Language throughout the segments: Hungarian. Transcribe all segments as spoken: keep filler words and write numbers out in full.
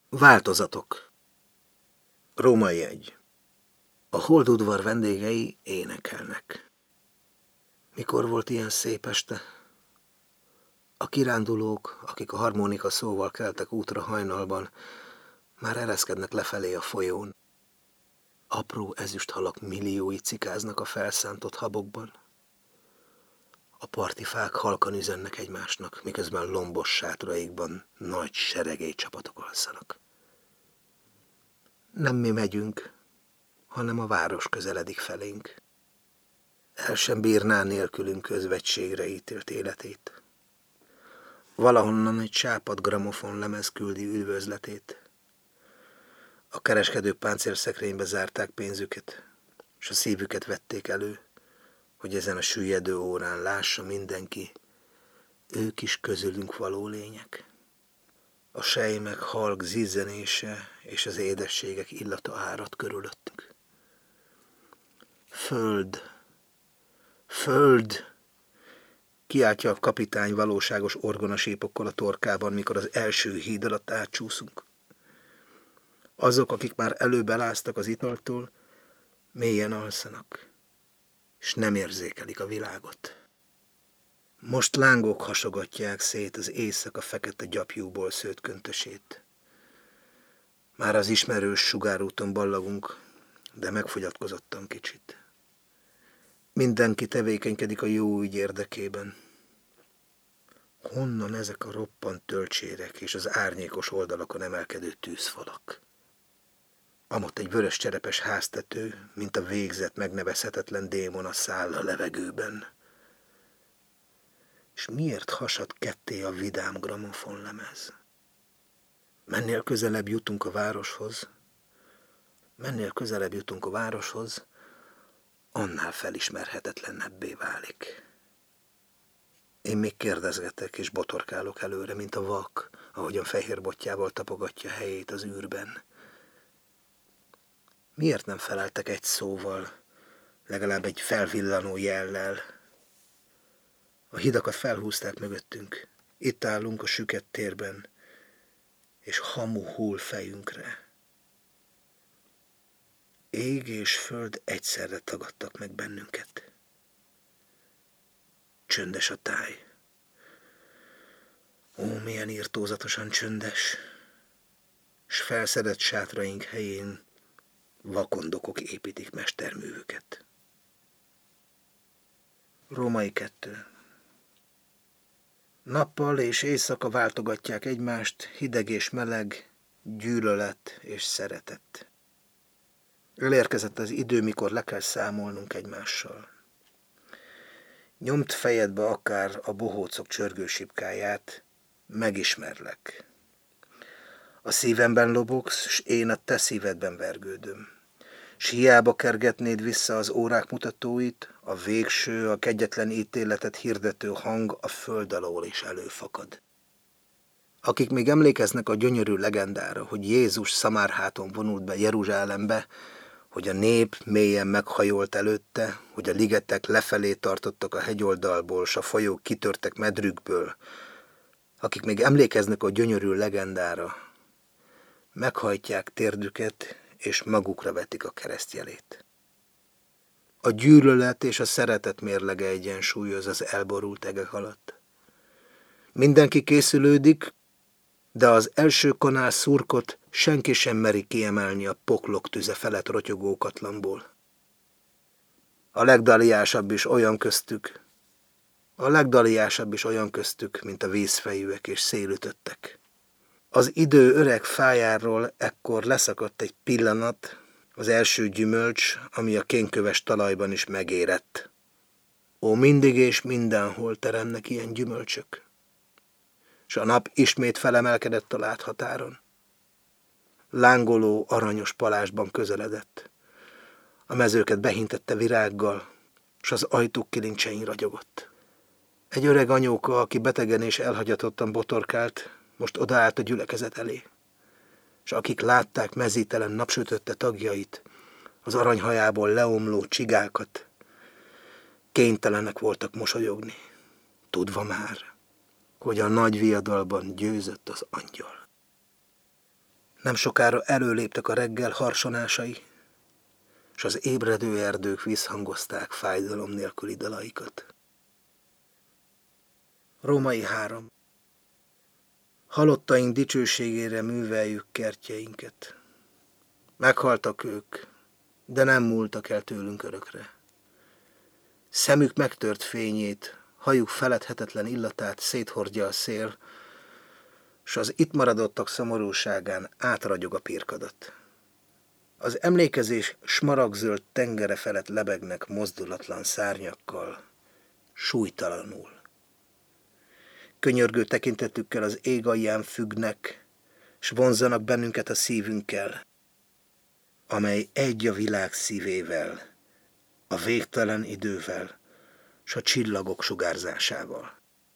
Változatok. Római egy. A holdudvar vendégei énekelnek. Mikor volt ilyen szép este? A kirándulók, akik a harmonika szóval keltek útra hajnalban, már ereszkednek lefelé a folyón. Apró ezüsthalak milliói cikáznak a felszántott habokban. A partifák halkan üzennek egymásnak, miközben lombos sátraikban nagy seregélycsapatok alszanak. Nem mi megyünk, hanem a város közeledik felénk. El sem bírná nélkülünk közvetségre ítélt életét. Valahonnan egy sápad gramofon lemez küldi üdvözletét. A kereskedők páncélszekrénybe zárták pénzüket, és a szívüket vették elő, hogy ezen a süllyedő órán lássa mindenki, ők is közülünk való lények. A sejmek halk zizzenése és az édességek illata árad körülöttük. Föld, föld! Kiáltja a kapitány valóságos orgonasípokkal a torkában, mikor az első híd alatt átcsúszunk. Azok, akik már előbb eláztak az italtól, mélyen alszanak, és nem érzékelik a világot. Most lángok hasogatják szét az éjszaka fekete gyapjúból szőtt köntösét. Már az ismerős sugárúton ballagunk, de megfogyatkozottam kicsit. Mindenki tevékenykedik a jó ügy érdekében. Honnan ezek a roppant tölcsérek és az árnyékos oldalakon emelkedő tűzfalak? Amott egy vörös cserepes háztető, mint a végzett megnevezhetetlen démona száll a levegőben. És miért hasad ketté a vidám gramofonlemez? Mennél közelebb jutunk a városhoz, mennél közelebb jutunk a városhoz, annál felismerhetetlenebbé válik. Én még kérdezgetek és botorkálok előre, mint a vak, ahogyan fehér botjával tapogatja helyét az űrben. Miért nem feleltek egy szóval, legalább egy felvillanó jellel? A hidakat felhúzták mögöttünk. Itt állunk a süket térben, és hamu hull fejünkre. Ég és föld egyszerre tagadtak meg bennünket. Csöndes a táj. Ó, milyen irtózatosan csöndes, s felszedett sátraink helyén vakondokok építik mesterművüket. Római kettő. Nappal és éjszaka váltogatják egymást hideg és meleg, gyűlölet és szeretet. Elérkezett az idő, mikor le kell számolnunk egymással. Nyomd fejedbe akár a bohócok csörgősipkáját, megismerlek. A szívemben lobogsz, s én a te szívedben vergődöm. S hiába kergetnéd vissza az órák mutatóit, a végső, a kegyetlen ítéletet hirdető hang a föld alól is előfakad. Akik még emlékeznek a gyönyörű legendára, hogy Jézus szamárháton vonult be Jeruzsálembe, hogy a nép mélyen meghajolt előtte, hogy a ligetek lefelé tartottak a hegyoldalból, s a folyók kitörtek medrükből, akik még emlékeznek a gyönyörű legendára, meghajtják térdüket, és magukra vetik a keresztjelét. A gyűlölet és a szeretet mérlege egyensúlyoz az elborult egek alatt. Mindenki készülődik, de az első kanál szurkot senki sem meri kiemelni a poklok tüze felett rotyogó katlanból. A legdaliásabb is olyan köztük, a legdaliásabb is olyan köztük, mint a vízfejűek és szélütöttek. Az idő öreg fájáról ekkor leszakadt egy pillanat, az első gyümölcs, ami a kénköves talajban is megérett. Ó, mindig és mindenhol teremnek ilyen gyümölcsök. S a nap ismét felemelkedett a láthatáron. Lángoló, aranyos palásban közeledett. A mezőket behintette virággal, s az ajtók kilincsein ragyogott. Egy öreg anyóka, aki betegen és elhagyatottan botorkált, most odaállt a gyülekezet elé, s akik látták mezítelen napsütötte tagjait, az aranyhajából leomló csigákat, kénytelenek voltak mosolyogni, tudva már, hogy a nagy viadalban győzött az angyal. Nem sokára előléptek a reggel harsonásai, s az ébredő erdők visszhangozták fájdalom nélküli dalaikat. Római három. Halottaink dicsőségére műveljük kertjeinket. Meghaltak ők, de nem múltak el tőlünk örökre. Szemük megtört fényét, hajuk feledhetetlen illatát széthordja a szél, s az itt maradottak szomorúságán átragyog a pirkadat. Az emlékezés smaragdzöld tengere felett lebegnek mozdulatlan szárnyakkal, súlytalanul. Könyörgő tekintetükkel az ég alján függnek, s vonzanak bennünket a szívünkkel, amely egy a világ szívével, a végtelen idővel, s a csillagok sugárzásával.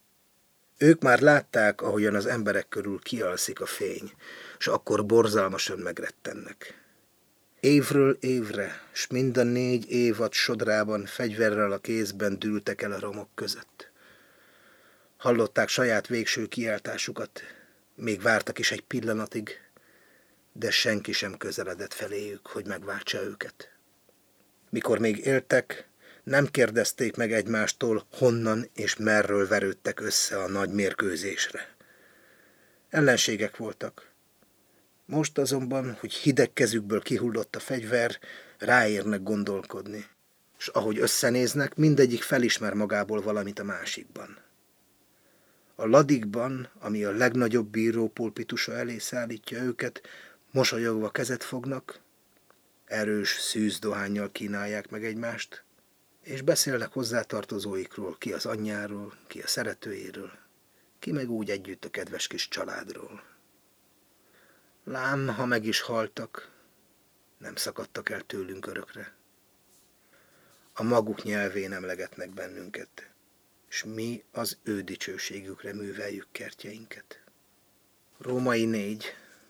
Ők már látták, ahogyan az emberek körül kialszik a fény, s akkor borzalmasan megrettennek. Évről évre, s mind a négy évad sodrában fegyverrel a kézben dűltek el a romok között. Hallották saját végső kiáltásukat, még vártak is egy pillanatig, de senki sem közeledett feléjük, hogy megváltsa őket. Mikor még éltek, nem kérdezték meg egymástól, honnan és merről verődtek össze a nagy mérkőzésre. Ellenségek voltak. Most azonban, hogy hideg kezükből kihullott a fegyver, ráérnek gondolkodni, és ahogy összenéznek, mindegyik felismer magából valamit a másikban. A ladikban, ami a legnagyobb bíró pulpitusa elé szállítja őket, mosolyogva kezet fognak, erős szűzdohánnyal kínálják meg egymást, és beszélnek hozzátartozóikról, ki az anyjáról, ki a szeretőjéről, ki meg úgy együtt a kedves kis családról. Lám, ha meg is haltak, nem szakadtak el tőlünk örökre. A maguk nyelvén emlegetnek bennünket, és mi az ő dicsőségükre műveljük kertjeinket. Római négy.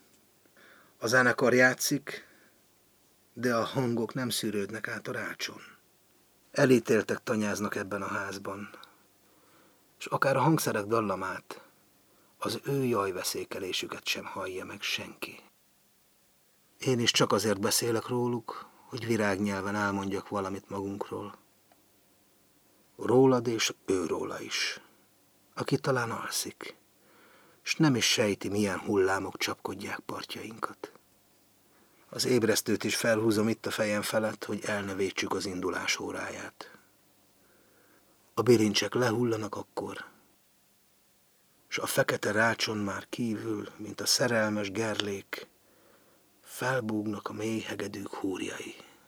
A zenekar játszik, de a hangok nem szűrődnek át a rácson. Elítéltek tanyáznak ebben a házban, és akár a hangszerek dallamát, az ő jajveszékelésüket sem hallja meg senki. Én is csak azért beszélek róluk, hogy virágnyelven elmondjak valamit magunkról. Rólad és őróla is, aki talán alszik, s nem is sejti, milyen hullámok csapkodják partjainkat. Az ébresztőt is felhúzom itt a fejem felett, hogy elnevétsük az indulás óráját. A bilincsek lehullanak akkor, s a fekete rácson már kívül, mint a szerelmes gerlék, felbúgnak a mély hegedűk húrjai.